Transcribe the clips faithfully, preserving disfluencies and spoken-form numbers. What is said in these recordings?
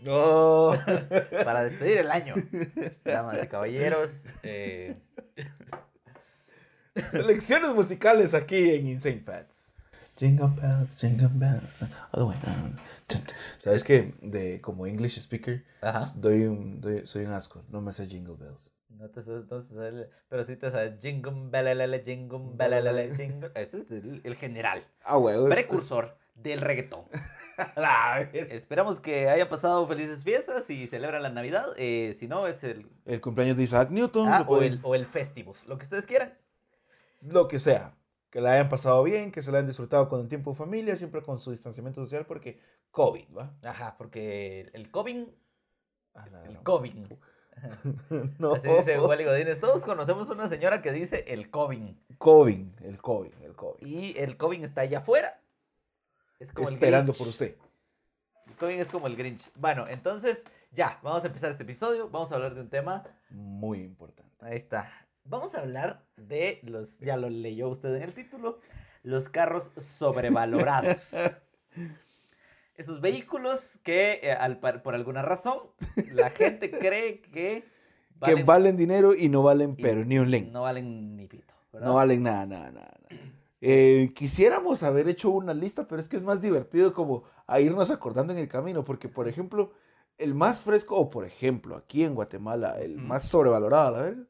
No. Para despedir el año. Damas y caballeros. Eh... Selecciones musicales aquí en Insane Facts. Jingle bells, jingle bells, all the way down. ¿Sabes qué? De, como English speaker, Ajá. doy un, doy, soy un asco. No me sé jingle bells. No te sabes, no te sabes, pero sí te sabes jingle belelele, jingle belelele, jingle. Ese es el, el general. Ah, huevo. Precursor del reggaetón. Esperamos que hayan pasado felices fiestas y celebran la Navidad. Eh, si no, es el... El cumpleaños de Isaac Newton. Ah, lo o, pueden- el, o el Festivus, lo que ustedes quieran. Lo que sea. Que la hayan pasado bien, que se la hayan disfrutado con el tiempo de familia, siempre con su distanciamiento social, porque COVID, ¿va? Ajá, porque el COVID, Ah, la el gran- COVID. No. Así dice Wally Godínez. Todos conocemos una señora que dice el COVID. COVID, el COVID, el COVID. Y el COVID está allá afuera. Es como Esperando el por usted. El COVID es como el Grinch. Bueno, entonces, ya, vamos a empezar este episodio. Vamos a hablar de un tema. Muy importante. Ahí está. Vamos a hablar de los, ya lo leyó usted en el título, los carros sobrevalorados. Esos vehículos que, eh, al, por alguna razón, la gente cree que Que valen dinero y no valen, y pero ni un link. No valen ni pito, ¿verdad? No valen nada, nada, nada. nada. Eh, quisiéramos haber hecho una lista, pero es que es más divertido como a irnos acordando en el camino, porque por ejemplo, el más fresco, o por ejemplo, aquí en Guatemala, el Ujú. más sobrevalorado, a la verga.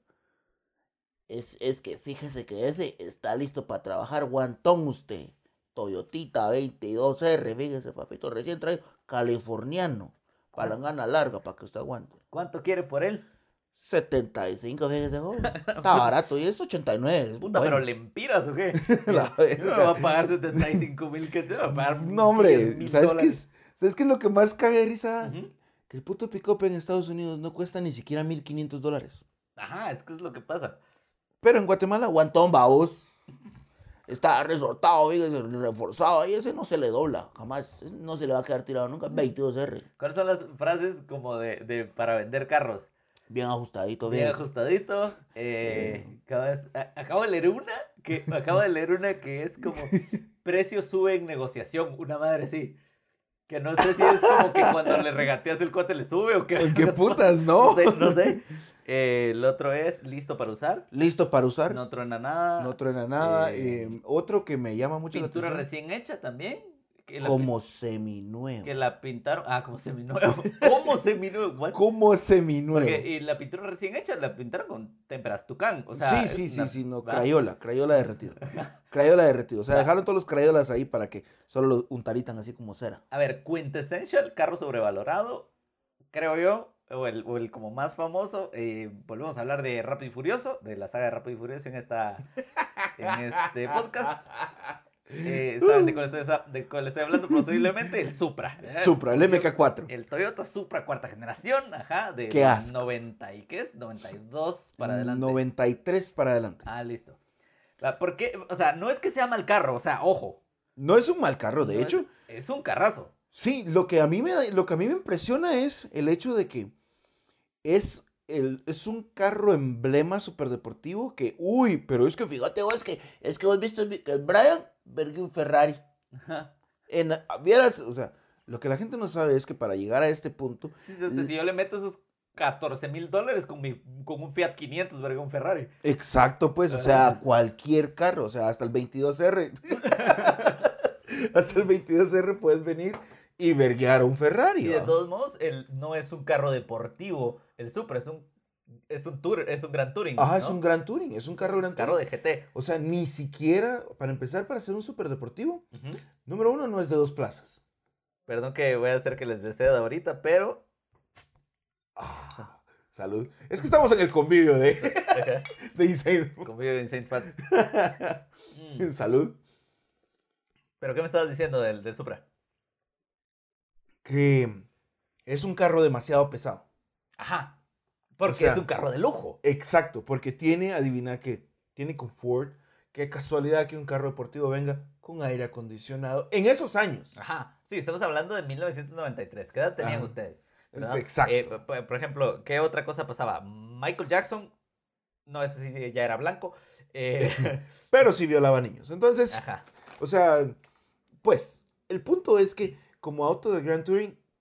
Es, es que fíjese que ese está listo para trabajar guantón usted. Toyotita veintidós R, fíjese papito, recién traído, californiano, palangana larga para que usted aguante. ¿Cuánto quiere por él? setenta y cinco, fíjese, joven. Está barato y es ochenta y nueve. es Puta, bueno. pero ¿lempiras o qué? La Yo no me va a pagar setenta y cinco mil, que te va a pagar No, hombre, diez mil ¿sabes qué, dólares. es, ¿sabes qué es lo que más caga de risa? Ujú. Que el puto pick-up en Estados Unidos no cuesta ni siquiera mil quinientos dólares. Ajá, es que es lo que pasa. Pero en Guatemala, Guantón, babos. Está resortado, fíjese, reforzado. Y ese no se le dobla, jamás. Ese no se le va a quedar tirado nunca. veintidós R. ¿Cuáles son las frases como de, de para vender carros? Bien ajustadito, Bien bien. ajustadito. Eh, cada vez, a- acabo de leer una que acabo de leer una que es como precio sube en negociación, una madre así. Que no sé si es como que cuando le regateas el cuate le sube o qué. ¿qué putas, no? No sé, no sé. Eh, el otro es listo para usar. Listo para usar. No truena nada. No truena nada. Eh, Eh, otro que me llama mucho la Pintura atención. recién hecha también. Que la, Como seminuevo. que la pintaron. Ah, como seminuevo. ¿Cómo seminuevo? What? Como seminuevo. Porque y la pintura recién hecha la pintaron con témperas tucán. O sea, sí, es sí, sí, una- sí, no, ¿va? crayola, crayola derretido. Crayola derretido. O sea, Va. dejaron todos los crayolas ahí para que solo lo untaritan así como cera. A ver, quintessential, carro sobrevalorado, creo yo, o el, o el como más famoso. Eh, volvemos a hablar de Rápido y Furioso, de la saga de Rápido y Furioso en, esta, en este podcast. Eh, ¿Saben de cuál, estoy, de cuál estoy hablando? Posiblemente el Supra. ¿eh? Supra, el M K cuatro. El Toyota Supra cuarta generación, ajá, de Qué asco. noventa y qué es, noventa y dos para adelante. noventa y tres para adelante. Ah, listo. La- ¿Por qué? O sea, no es que sea mal carro, o sea, ojo. No es un mal carro, de no hecho. Es, es un carrazo. Sí, lo que a mí me da- lo que a mí me impresiona es el hecho de que es el, es un carro emblema superdeportivo que, uy, pero es que fíjate, Fíjate vos que es que vos viste que el Brian vergue un Ferrari. Ajá. en, vieras, o sea, lo que la gente no sabe es que para llegar a este punto, Sí, sí, si yo le meto esos catorce mil dólares con, mi, con un Fiat quinientos, verga, un Ferrari. exacto, pues, o sea, cualquier carro, o sea, hasta el veintidós R, hasta el veintidós R puedes venir y verguear a un Ferrari. Y de ¿va? todos modos, el, no es un carro deportivo. El Supra es un, es un tour, es un gran touring. Ajá, ¿no? es un gran touring, es un carro gran carro touring. de G T. O sea, ni siquiera, para empezar, para ser un superdeportivo, Ujú. número uno, no es de dos plazas. Perdón que voy a hacer que les desee de ahorita, pero... Ah, salud. Es que estamos en el convivio de, de Insane. Convivo en Saint Pat. Mm. Salud. ¿Pero qué me estabas diciendo del, del Supra? Que es un carro demasiado pesado. Ajá. Porque O sea, es un carro de lujo. Exacto, porque tiene, adivina qué, tiene confort. Qué casualidad que un carro deportivo venga con aire acondicionado en esos años. Ajá. Sí, estamos hablando de mil novecientos noventa y tres. ¿Qué edad tenían Ajá. ustedes? Es ¿Verdad? exacto. Eh, por, por ejemplo, ¿qué otra cosa pasaba? Michael Jackson, no, este sí ya era blanco. Eh, Pero sí violaba niños. Entonces, ajá. o sea, pues, el punto es que como auto de Grand Touring,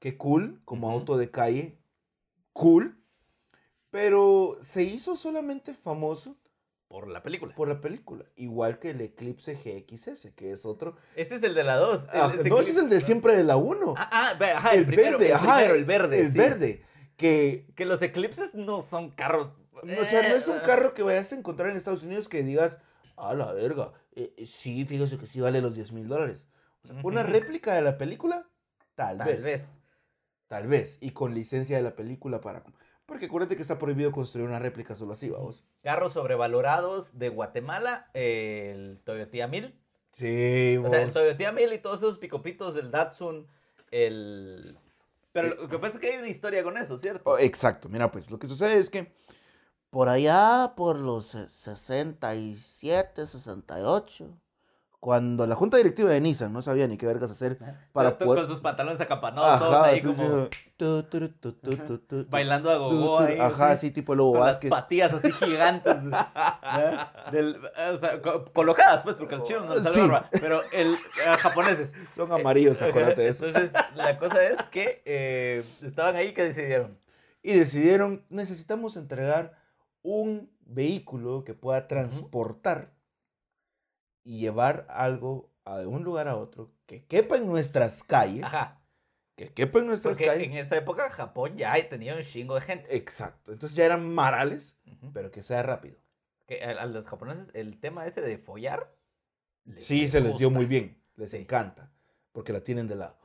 que cool, como Ujú. auto de calle, cool, pero se hizo solamente famoso Por la película. por la película, igual que el Eclipse G X S, que es otro. Ese es el de la dos. Ah, no, ese es el de siempre de la uno. Ah, ah, ve- ajá, el, el primero, verde, el ajá, primero, el verde. el sí. verde, que, Que los Eclipses no son carros. o sea, no es un Eh, carro que vayas a encontrar en Estados Unidos que digas, a la verga, eh, eh, sí, fíjese que sí vale los diez mil dólares. O sea, una Ujú. réplica de la película, tal, Tal vez, vez. tal vez, y con licencia de la película para... Porque acuérdate que está prohibido construir una réplica solo así, vamos. Carros sobrevalorados de Guatemala, el Toyota mil. Sí, O sea, el vos. Toyota mil y todos esos picopitos, el Datsun, el... Pero lo que pasa es que hay una historia con eso, ¿cierto? Oh, exacto, mira pues, lo que sucede es que Por allá, por los se- sesenta y siete, sesenta y ocho. cuando la junta directiva de Nissan no sabía ni qué vergas hacer para Tú- tú poder... Con sus pantalones acampanados, todos Ajá, ahí entonces como yo, tu, tu, tu, tu, tu, tu, tu, bailando a tu, gogo tu, ahí. ajá, así, así tipo Lobo con Vázquez. las patillas así gigantes. ¿ya? Del- o sea, co- colocadas, pues, porque al chino no le sale Sí. barba. Pero el eh, japoneses. Son amarillos, Ajá, acuérdate de eso. Entonces, la cosa es que eh, estaban ahí que decidieron. Y decidieron, necesitamos entregar un vehículo que pueda transportar y llevar algo a- de un lugar a otro, que quepa en nuestras calles, Ajá. que quepa en nuestras Porque calles. en esa época Japón ya tenía un chingo de gente. Exacto, entonces ya eran marales, Ujú. pero que sea rápido. Que a, a los japoneses el tema ese de follar. les- Sí, se les dio gusta. muy bien, les Sí. encanta, porque la tienen de lado.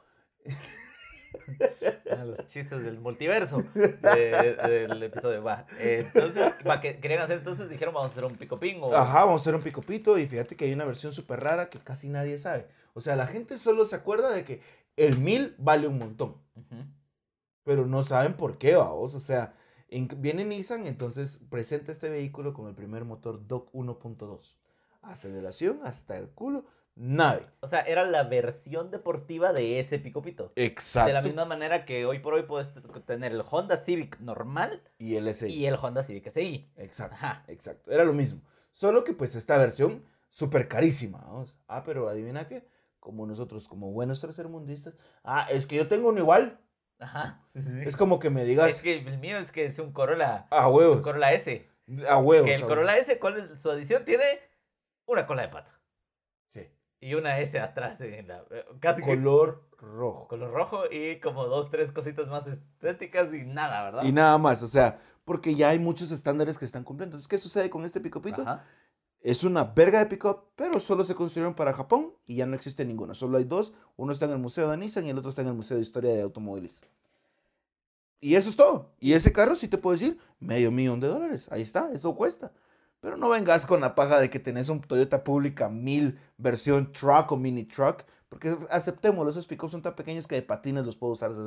Ah, los chistes del multiverso de- del episodio. Va. Eh, entonces, va, que querían hacer, entonces dijeron vamos a hacer un picopín o... Ajá, vamos a hacer un picopito y fíjate que hay una versión súper rara que casi nadie sabe. O sea, la gente solo se acuerda de que el mil vale un montón, Ujú. pero no saben por qué, vamos. O sea, en- viene Nissan, entonces presenta este vehículo con el primer motor D O C uno punto dos. Aceleración hasta el culo, nave. O sea, era la versión deportiva de ese picopito. Exacto. De la misma manera que hoy por hoy puedes t- tener el Honda Civic normal Y el S I. y el Honda Civic S I. Exacto, Ajá. exacto. Era lo mismo. Solo que pues esta versión súper carísima, vamos. Ah, pero adivina qué. Como nosotros, como buenos tercermundistas. Ah, es que yo tengo uno igual. Ajá. Sí, sí, sí. Es como que me digas, Es que el mío es que es un Corolla, a un huevos, Corolla S. a huevos. Que el a Corolla S, ¿cuál es su adición? Tiene una cola de pato. Sí. Y una S atrás en la... eh, Casi que Color rojo. color rojo y como dos, tres cositas más estéticas y nada, ¿verdad? Y nada más, o sea, porque ya hay muchos estándares que están cumpliendo. Entonces, ¿qué sucede con este picopito? Ajá. Es una verga de pickup, pero solo se construyeron para Japón y ya no existe ninguno. Solo hay dos. Uno está en el Museo de Nissan y el otro está en el Museo de Historia de Automóviles. Y eso es todo. Y ese carro, sí te puedo decir, medio millón de dólares. Ahí está, eso cuesta. Pero no vengas con la paja de que tenés un Toyota Publica mil versión truck o mini truck. Porque aceptémoslo, esos pickups son tan pequeños que de patines los puedo usar.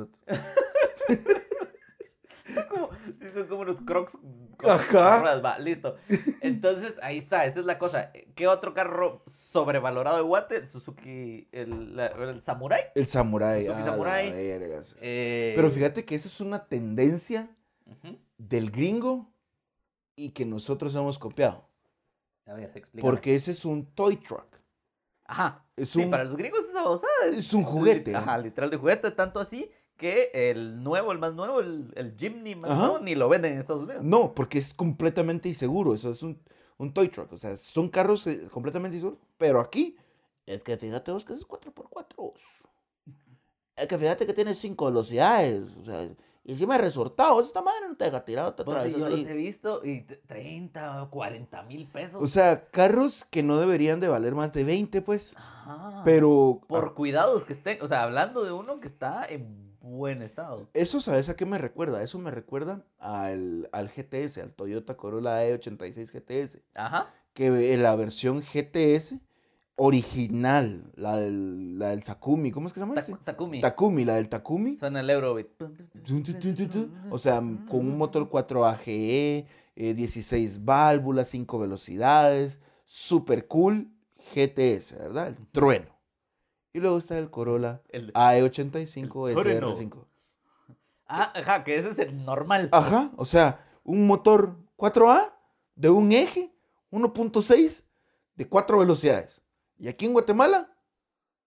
Como, sí, son como unos crocs con Ajá. ruedas, va, listo. Entonces, ahí está, esa es la cosa. ¿Qué otro carro sobrevalorado de Guate? El Suzuki, el, la- el Samurai. El Samurai. Suzuki ah, Samurai. la vergas. Eh, Pero fíjate que esa es una tendencia ujú. del gringo y que nosotros hemos copiado. A ver, explícame. Porque ese es un toy truck. Ajá. Es Sí, un, para los gringos esa babosada es un juguete. Ajá, literal de juguete, tanto así que el nuevo, el más nuevo, el, el Jimny más Ajá. nuevo, ni lo venden en Estados Unidos. No, porque es completamente inseguro. Eso es un, un toy truck. O sea, son carros eh, completamente inseguros. Pero aquí, Es que fíjate vos que es cuatro por cuatro. Es que fíjate que tiene cinco velocidades. O sea, y encima es resortado. Esta madre no te deja tirado. Te Pues sí, atravesas yo ahí. los he visto y t- treinta, cuarenta mil pesos. o sea, carros que no deberían de valer más de veinte, pues. Ajá. Pero Por ah, cuidados que estén, o sea, hablando de uno que está en buen estado. eso, ¿sabes a qué me recuerda? Eso me recuerda al, al G T S, al Toyota Corolla E ochenta y seis G T S. Ajá. Que en la versión G T S original, la del, la del Takumi, ¿cómo es que se llama ese? Taku- Takumi. Takumi, la del Takumi. Suena el Eurobeat. Tun, tun, tun, tun, tun. O sea, con un motor cuatro A G E, eh, dieciséis válvulas, cinco velocidades, super cool G T S, ¿verdad? El trueno. Y luego está el Corolla El- A E ochenta y cinco El S R trueno. cinco. Ah, ajá, que ese es el normal. Ajá, o sea, un motor cuatro A de un eje, uno punto seis de cuatro velocidades. Y aquí en Guatemala,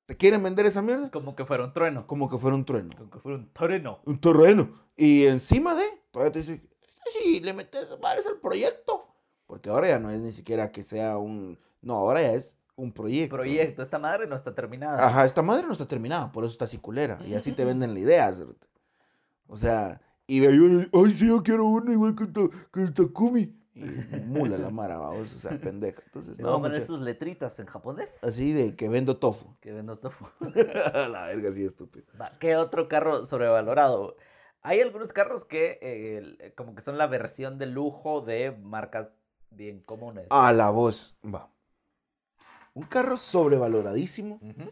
¿Te quieren vender esa mierda? Como que fuera un trueno. Como que fuera un trueno. Como que fuera un trueno. Un terreno. Y encima de, todavía te dice, Sí, le metes varios al proyecto. porque ahora ya no es ni siquiera que sea un, no, ahora ya es un proyecto. Proyecto. Esta madre no está terminada. Ajá, esta madre no está terminada, por eso está así culera. Y así te venden la idea, cerote. O sea, y de ahí, ay, sí, yo quiero una igual que el, ta- que el Takumi. Y mula la mara, vamos, o sea, pendeja. Entonces, Y no, vamos a poner mucha- sus letritas en japonés. así de que vendo tofu. Que vendo tofu. La verga, sí, estúpido. Va, ¿qué otro carro sobrevalorado? Hay algunos carros que eh, el- como que son la versión de lujo de marcas bien comunes. A la voz, va. Un carro sobrevaloradísimo, Ujú.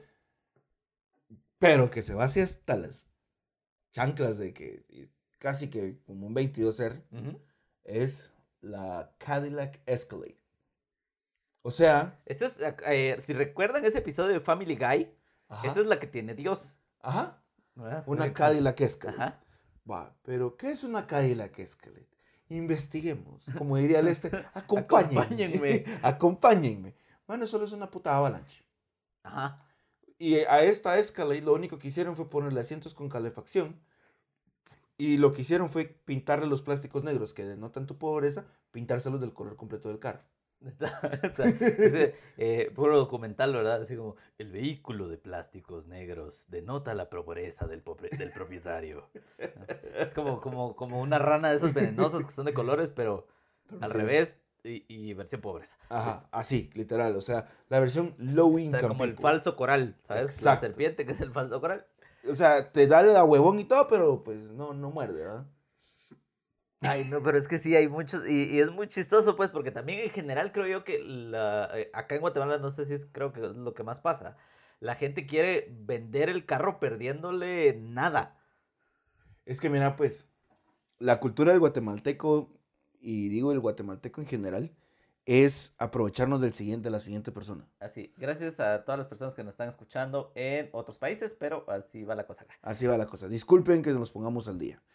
pero que se va hacia hasta las chanclas de que casi que como un veintidós R, Ujú. es la Cadillac Escalade. O sea, Esta es, eh, si recuerdan ese episodio de Family Guy, ajá, esa es la que tiene Dios. ajá, ¿Verdad? una Eh, Cadillac Escalade. Ajá. Va, pero ¿qué es una Cadillac Escalade? Investiguemos. Como diría el este, acompáñenme. Acompáñenme. Acompáñenme. Bueno, solo es una puta Avalanche. Ajá. Y a esta Escalade lo único que hicieron fue ponerle asientos con calefacción. Y lo que hicieron fue pintarle los plásticos negros que denotan tu pobreza, pintárselos del color completo del carro. Está- está- ese, eh, puro documental, ¿verdad? Así como, el vehículo de plásticos negros denota la pobreza del, popre- del propietario. ¿No? Es como, como, como una rana de esas venenosas que son de colores, pero al revés y, y versión pobreza. Ajá, así, literal. O sea, la versión low O income. sea, como el people. falso coral, ¿sabes? Exacto. La serpiente que es el falso coral. O sea, te da la huevón y todo, pero pues no, no muerde, ¿verdad? Ay, no, pero es que sí, hay muchos, y, y es muy chistoso, pues, porque también en general creo yo que la, eh, acá en Guatemala, no sé si es, creo que es lo que más pasa, la gente quiere vender el carro perdiéndole nada. Es que mira, pues, la cultura del guatemalteco, y digo el guatemalteco en general, es aprovecharnos del siguiente, de la siguiente persona. Así, gracias a todas las personas que nos están escuchando en otros países, pero así va la cosa acá. Así va la cosa. Disculpen que nos pongamos al día.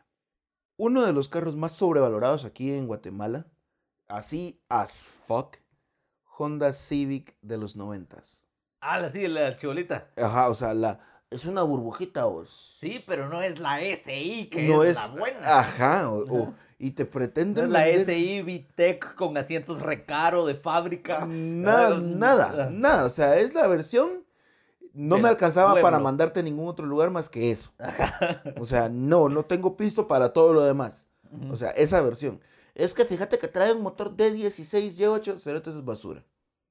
Uno de los carros más sobrevalorados aquí en Guatemala, así as fuck, Honda Civic de los noventas. Ah, la sí, la chibolita. Ajá, o sea, la... Es una burbujita, vos. Sí, pero no es la S I, que no es, es... la buena. Ajá, o, o- Ajá. y te No pretenden es la vender- S I VTEC con asientos recaro de fábrica. Nada, Ah, nada, ah. nada. O sea, es la versión. No Del me alcanzaba para pueblo. mandarte a ningún otro lugar más que eso. Ajá. O sea, no, no tengo pisto para todo lo demás. Ujú. O sea, esa versión. Es que fíjate que trae un motor D dieciséis Y ocho, cerotes es basura.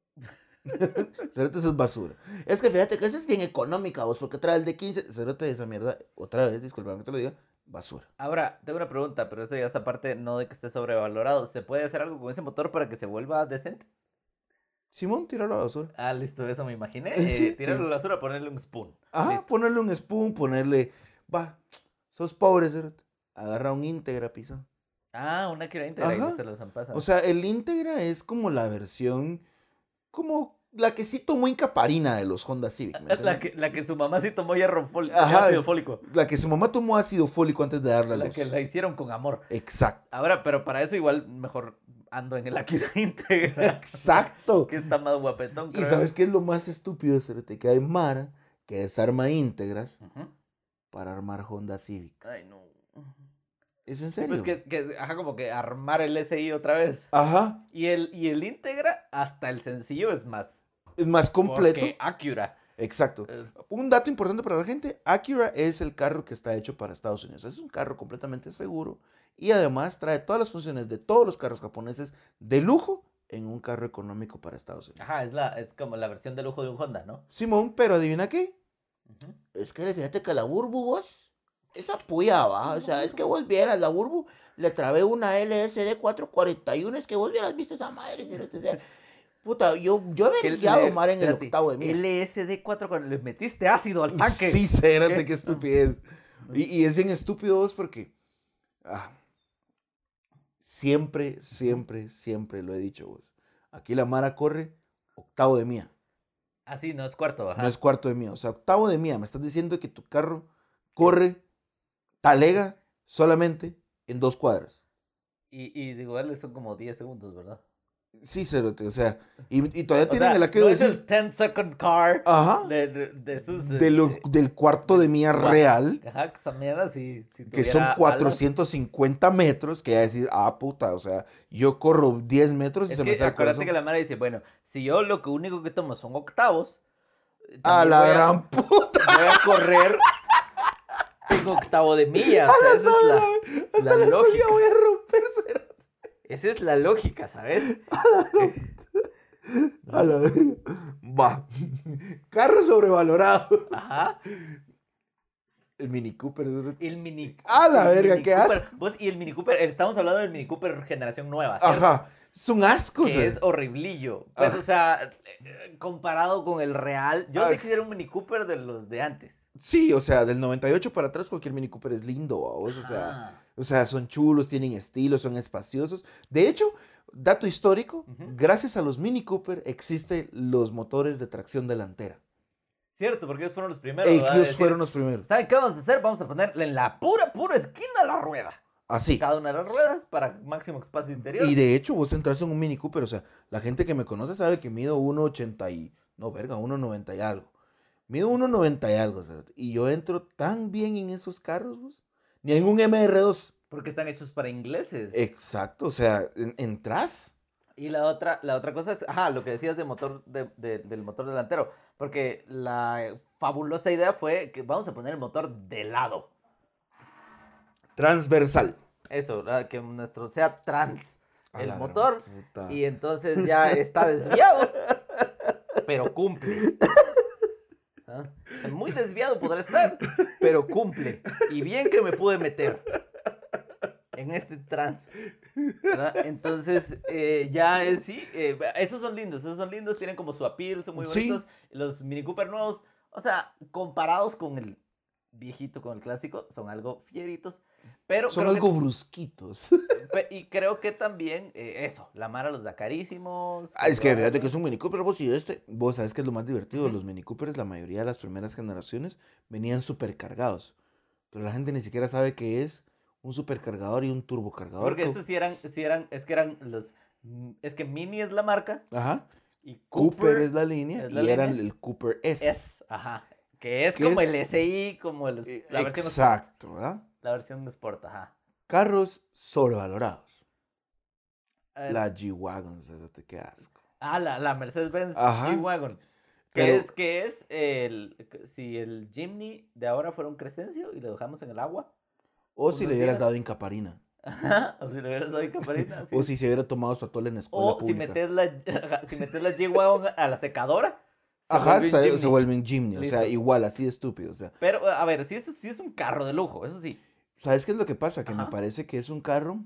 Cerotes es basura. Es que fíjate que esa es bien económica, vos, porque trae el de quince. Cerote de esa mierda, otra vez, disculpa que te lo diga, basura. Ahora, tengo una pregunta, pero eso ya es aparte, no de que esté sobrevalorado. ¿Se puede hacer algo con ese motor para que se vuelva decente? Simón, tíralo a la basura. Ah, listo, eso me imaginé. Eh, sí, Eh, tirarlo sí. a la basura, ponerle un spoon. Ajá, Listo. ponerle un spoon, ponerle. Va, sos pobre, cerote. Agarra un íntegra, piso. Ah, una que era íntegra y Ajá. no se los han pasado. O sea, el íntegra es como la versión. Como la que sí tomó incaparina de los Honda Civic. ¿me la, entiendes? que, la que su mamá sí tomó hierro fol- Ajá. ácido fólico. La que su mamá tomó ácido fólico antes de darle a La luz. que la hicieron con amor. Exacto. Ahora, pero para eso igual mejor ando en el Acura íntegra. Exacto. Que está más guapetón. Y creo. ¿sabes qué es lo más estúpido, Cerote? Que hay Mara que desarma íntegras Ujú. para armar Honda Civics. Ay, no. ¿Es en Sí, serio? pues que, que, ajá, como que armar el S I otra vez. Ajá. Y el, y el íntegra, hasta el sencillo es más. Es más completo. Porque Acura. Exacto. es- Un dato importante para la gente, Acura es el carro que está hecho para Estados Unidos. Es un carro completamente seguro y además trae todas las funciones de todos los carros japoneses de lujo en un carro económico para Estados Unidos. Ajá, es, la, es como la versión de lujo de un Honda, ¿no? Simón, pero adivina qué. Ujú. Es que fíjate que la Burbu, vos, esa puya, va. O sea, es que vos vieras, la Burbu le trabé una L S D cuatrocientos cuarenta y uno, es que vos hubieras visto esa madre, cerote, o sea, puta, yo, yo Que he guiado le- mar en el espérate, octavo de mí. L S D cuatro cuando le metiste ácido al tanque. Sí, cérate, ¿Qué? qué estupidez. Y, y es bien estúpido vos porque ah, siempre, siempre, siempre lo he dicho vos. Aquí la Mara corre octavo de mía, Ah, sí, no es cuarto, ajá. no es cuarto de mía. O sea, octavo de mía. Me estás diciendo que tu carro corre talega solamente en dos cuadras. Y, y de igual son como diez segundos, ¿verdad? Sí, cerote, o sea, y, y todavía O tienen sea, el aquel no es decir, el ten second car ajá, de, de, de esos... de- de los, de- del cuarto de mía Gua- real, Ajá, que esa mierda si, si que son tuviera alas. cuatrocientos cincuenta metros, que ya decir, ah, puta, o sea, yo corro diez metros y Es se me que sale el acuérdate corazón. que la Mara dice, bueno, si yo lo que único que tomo son octavos, eh, A también la voy a, gran puta. voy a correr un octavo de milla. O sea, esa es la, Hasta la la suya lógica. voy a romperse. Esa es la lógica, ¿sabes? A la verga. Va. Carro sobrevalorado. Ajá. El Mini Cooper. El Mini A la el verga, Mini qué Cooper. asco. Vos, y el Mini Cooper, estamos hablando del Mini Cooper generación nueva, ¿cierto? Ajá. Es un asco, Que o sea. es horriblillo. Pues, Ah. o sea, eh, comparado con el real, yo Ah. sí quisiera un Mini Cooper de los de antes. Sí, o sea, del noventa y ocho para atrás cualquier Mini Cooper es lindo, vos, o sea. Ah. O sea, son chulos, tienen estilo, son espaciosos. De hecho, dato histórico, Ujú. gracias a los Mini Cooper existen los motores de tracción delantera. Cierto, porque ellos fueron los primeros. ¿verdad? De Ellos decir, fueron los primeros. ¿saben qué vamos a hacer? Vamos a ponerle en la pura, pura esquina la rueda. Así. Cada una de las ruedas para máximo espacio interior. Y de hecho, vos entras en un Mini Cooper, o sea, la gente que me conoce sabe que mido uno ochenta y... No, verga, uno noventa y algo. Mido uno noventa y algo, cerote. Y yo entro tan bien en esos carros, vos. Ni en un M R dos. Porque están hechos para ingleses. Exacto, o sea, en- entras. Y la otra, la otra cosa es, ajá, lo que decías de motor, de, de- del motor delantero. Porque la fabulosa idea fue que vamos a poner el motor de lado. Transversal. Eso, ¿verdad? Que nuestro sea trans A el la motor. gran puta. Y entonces ya está desviado, pero cumple. ¿Ah? Muy desviado podrá estar, pero cumple. Y bien que me pude meter en este trans. ¿Verdad? Entonces, eh, ya es, sí, eh, esos son lindos, esos son lindos, tienen como su appeal, son muy Sí. bonitos. Los Mini Cooper nuevos, o sea, comparados con el viejito, con el clásico, son algo fieritos. Pero Son creo algo que- brusquitos. Pe- Y creo que también, eh, eso, la Mara los da carísimos. Ah, es que ¿verdad? fíjate que es un Mini Cooper, vos y este. Vos sabes que es lo más divertido. Ujú. Los Mini Coopers, la mayoría de las primeras generaciones, venían supercargados. Pero la gente ni siquiera sabe qué es un supercargador y un Sí, turbocargador. porque co- estos sí eran, sí eran, es que eran los, mm, es que Mini es la marca Ajá. y Cooper, Cooper, es la línea es la y eran línea. el Cooper S. es, ajá, que es ¿Qué como es? el S I, como el, Eh, la versión Sport, Exacto, ¿verdad? la versión de Sport, ajá. Carros sobrevalorados. Eh, La G-Wagon, cerote, qué asco. ah, la, la Mercedes-Benz Ajá. G-Wagon. Que Pero- es, que es el, si el Jimny de ahora fuera un Crescencio y lo dejamos en el agua. O si unos le hubieras días. dado incaparina. Ajá, o si le hubieras dado caparina. O si se hubiera tomado su atole en la escuela O si pública. metes la, ajá, si metes la G-Wagon a la secadora. se Ajá, vuelve un se, Jimny. se vuelve un Jimny. O sea, Listo. igual, así de estúpido. O sea, Pero, a ver, si eso sí es un carro de lujo, eso sí. ¿sabes qué es lo que pasa? Que me Ajá. parece que es un carro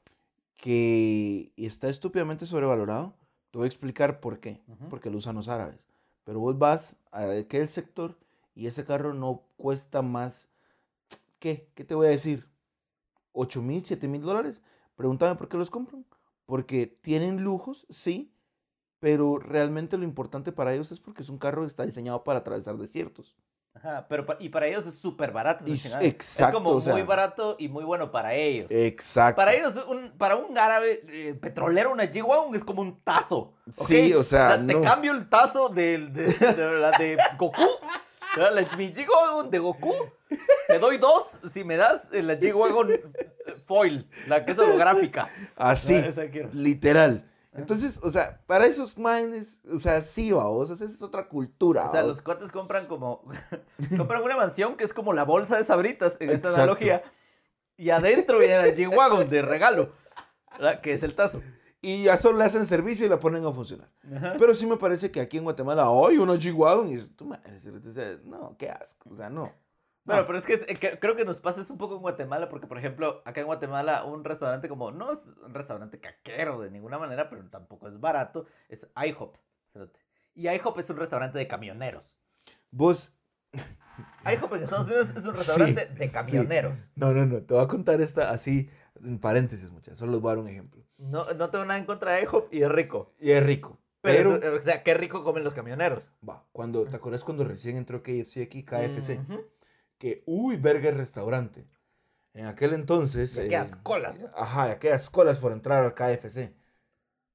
que está estúpidamente sobrevalorado. Te voy a explicar por qué. Ujú. Porque lo usan los árabes. Pero vos vas a aquel sector y ese carro no cuesta más. ¿Qué? ¿Qué te voy a decir? ¿ocho mil, siete mil dólares? Pregúntame por qué los compran. Porque tienen lujos, sí. Pero realmente lo importante para ellos es porque es un carro que está diseñado para atravesar desiertos. Ajá, pero pa- y para ellos es súper barato. esa Y- chingada. exacto, Es como o sea- muy barato y muy bueno para ellos. Exacto. Para ellos, un, para un árabe eh, petrolero, una G-Wagon es como un tazo. ¿ok? Sí, o sea, te no. cambio el tazo del- de, de, la de Goku. ¿verdad? La, mi G-Wagon de Goku. Te doy dos si me das eh, la G-Wagon eh, foil, la que es holográfica. Así, Ah, esa quiero. literal. Entonces, o sea, para esos manes, o sea, sí, vamos, o sea, esa es otra cultura. O sea, ¿va? los cuates compran como. compran una mansión que es como la bolsa de sabritas en esta Exacto. analogía. Y adentro viene el G-Wagon de regalo. ¿Verdad? Que es el tazo. Y ya solo le hacen servicio y la ponen a funcionar. Ajá. Pero sí me parece que aquí en Guatemala hay una G-Wagon y dices, tú madre, o sea, no, qué asco, o sea, no. Bueno, No. pero es que, eh, que creo que nos pasa eso un poco en Guatemala, porque, por ejemplo, acá en Guatemala, un restaurante como, no es un restaurante caquero de ninguna manera, pero tampoco es barato, es IHOP. Fíjate. Y IHOP es un restaurante de camioneros. Vos, IHOP en Estados Unidos es un restaurante Sí, de sí. camioneros. no, no, no, te voy a contar esta así, en paréntesis, muchachos, solo les voy a dar un ejemplo. No, no tengo nada en contra de IHOP y es rico. Y es rico, Pero, pero, eso- o sea, qué rico comen los camioneros. va, cuando, ¿te acuerdas cuando recién entró K F C aquí, K F C? Ujú. Que, uy, verga el restaurante. En aquel entonces... Y aquellas colas, ¿no? Ajá, y aquellas colas por entrar al K F C.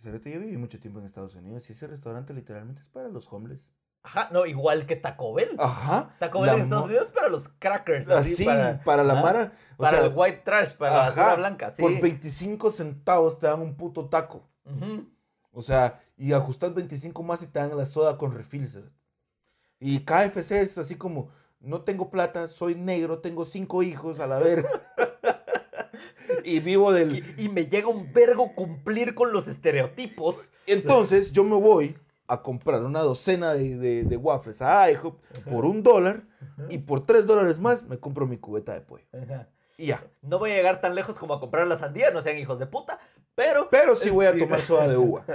Cerote, yo viví mucho tiempo en Estados Unidos y ese restaurante literalmente es para los homeless. Ajá, no, igual que Taco Bell. Ajá. Taco Bell la en Estados mo- Unidos es para los crackers. Así, para, la ajá, mara. O para sea, el white trash, para la ajá, basura blanca, sí. por veinticinco centavos te dan un puto taco. Ujú. O sea, y ajustas veinticinco más y te dan la soda con refil. ¿Sabes? Y K F C es así como, no tengo plata, soy negro, tengo cinco hijos a la verga. Y vivo del... Y, y me llega un vergo cumplir con los estereotipos. Entonces yo me voy a comprar una docena de, de, de waffles a IHOP por un dólar y por tres dólares más me compro mi cubeta de pollo. Ajá. Y ya. No voy a llegar tan lejos como a comprar la sandía, no sean hijos de puta, pero... Pero sí voy a Sí. tomar soda de uva.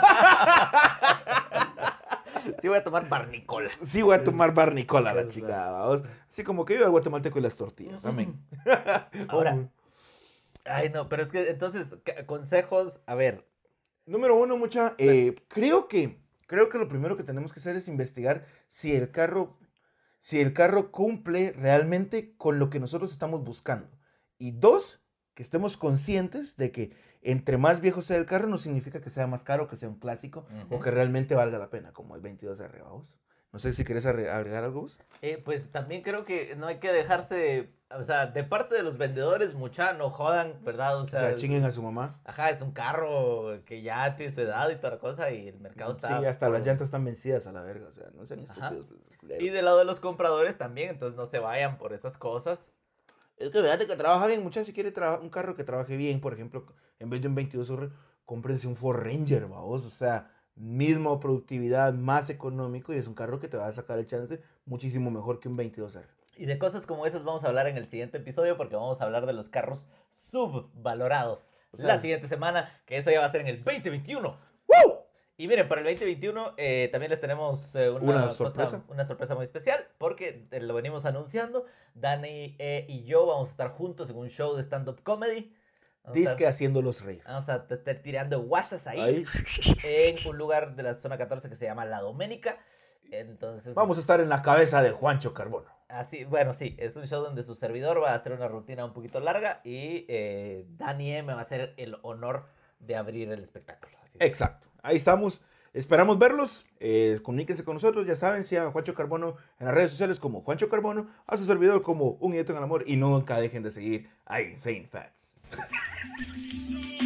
Sí voy a tomar barnicola. Sí voy a tomar barnicola la Pues, chica. Vamos. Así como que viva el guatemalteco y las tortillas. Amén. Ahora, ay no, pero es que entonces, ca- consejos, a ver, Número uno, mucha. eh, creo que creo que lo primero que tenemos que hacer es investigar si el carro si el carro cumple realmente con lo que nosotros estamos buscando. Y dos, que estemos conscientes de que entre más viejo sea el carro no significa que sea más caro, que sea un clásico Ujú. o que realmente valga la pena, como el veintidós R, vamos. No sé si quieres arre- agregar algo vos. eh, pues también creo que no hay que dejarse, o sea, de parte de los vendedores, mucha, no jodan, ¿verdad? O O sea, sea, es- chinguen a su mamá. ajá, es un carro que ya tiene su edad y toda la cosa y el mercado Sí, está... hasta las por- llantas están vencidas a la verga, o sea, no sean Ajá. estúpidos. pues, culeros. Y del lado de los compradores también, entonces no se vayan por esas cosas. Es que fíjate que trabaja bien, muchachos, si quiere traba- un carro que trabaje bien, por ejemplo, en vez de un veintidós R, cómprense un Ford Ranger, vamos, o sea, misma productividad, más económico y es un carro que te va a sacar el chance muchísimo mejor que un veintidós R. Y de cosas como esas vamos a hablar en el siguiente episodio porque vamos a hablar de los carros subvalorados. O sea- la siguiente semana, que eso ya va a ser en el veinte veintiuno. Y miren, para el veinte veintiuno eh, también les tenemos eh, una, Una cosa- sorpresa. una sorpresa muy especial porque eh, lo venimos anunciando. Dani eh, y yo vamos a estar juntos en un show de stand-up comedy. Vamos a Disque estar- haciéndolos reír. Vamos a estar tirando guasas ahí, Ahí. en un lugar de la zona catorce que se llama La Doménica. Entonces, Vamos a estar en la cabeza de Juancho Carbono. así, bueno, sí, es un show donde su servidor va a hacer una rutina un poquito larga y eh, Dani E me va a hacer el honor de abrir el espectáculo. Así es. Exacto. Ahí estamos. Esperamos verlos. Eh, comuníquense con nosotros. Ya saben, sigan a Juancho Carbono en las redes sociales como Juancho Carbono, a su servidor como Un Idiota en el Amor y nunca dejen de seguir a Insane Fats.